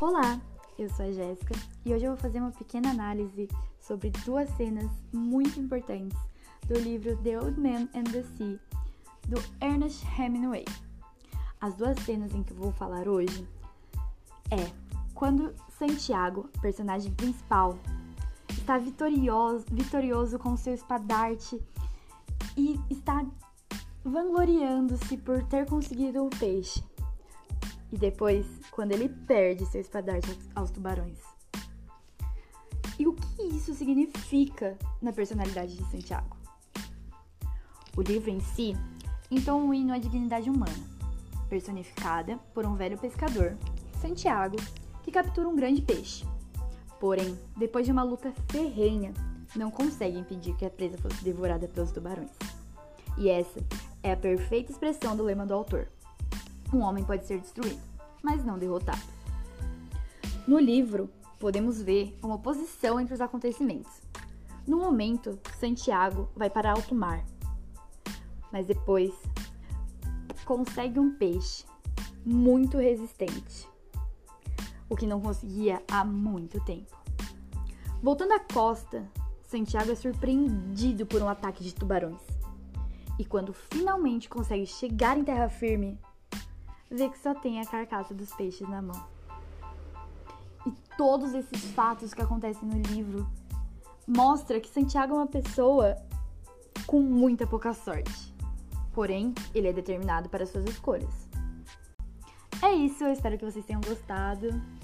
Olá, eu sou a Jéssica e hoje eu vou fazer uma pequena análise sobre duas cenas muito importantes do livro The Old Man and the Sea, do Ernest Hemingway. As duas cenas em que eu vou falar hoje é quando Santiago, personagem principal, está vitorioso com seu espadarte e está vangloriando-se por ter conseguido o peixe. E depois, quando ele perde seu espadarte aos tubarões. E o que isso significa na personalidade de Santiago? O livro em si entoa um hino à dignidade humana, personificada por um velho pescador, Santiago, que captura um grande peixe. Porém, depois de uma luta ferrenha, não consegue impedir que a presa fosse devorada pelos tubarões. E essa é a perfeita expressão do lema do autor. Um homem pode ser destruído, mas não derrotado. No livro, podemos ver uma oposição entre os acontecimentos. No momento, Santiago vai para alto mar, mas depois consegue um peixe muito resistente, o que não conseguia há muito tempo. Voltando à costa, Santiago é surpreendido por um ataque de tubarões. E quando finalmente consegue chegar em terra firme, vê que só tem a carcaça dos peixes na mão. E todos esses fatos que acontecem no livro mostram que Santiago é uma pessoa com muita pouca sorte. Porém, ele é determinado para suas escolhas. É isso, eu espero que vocês tenham gostado.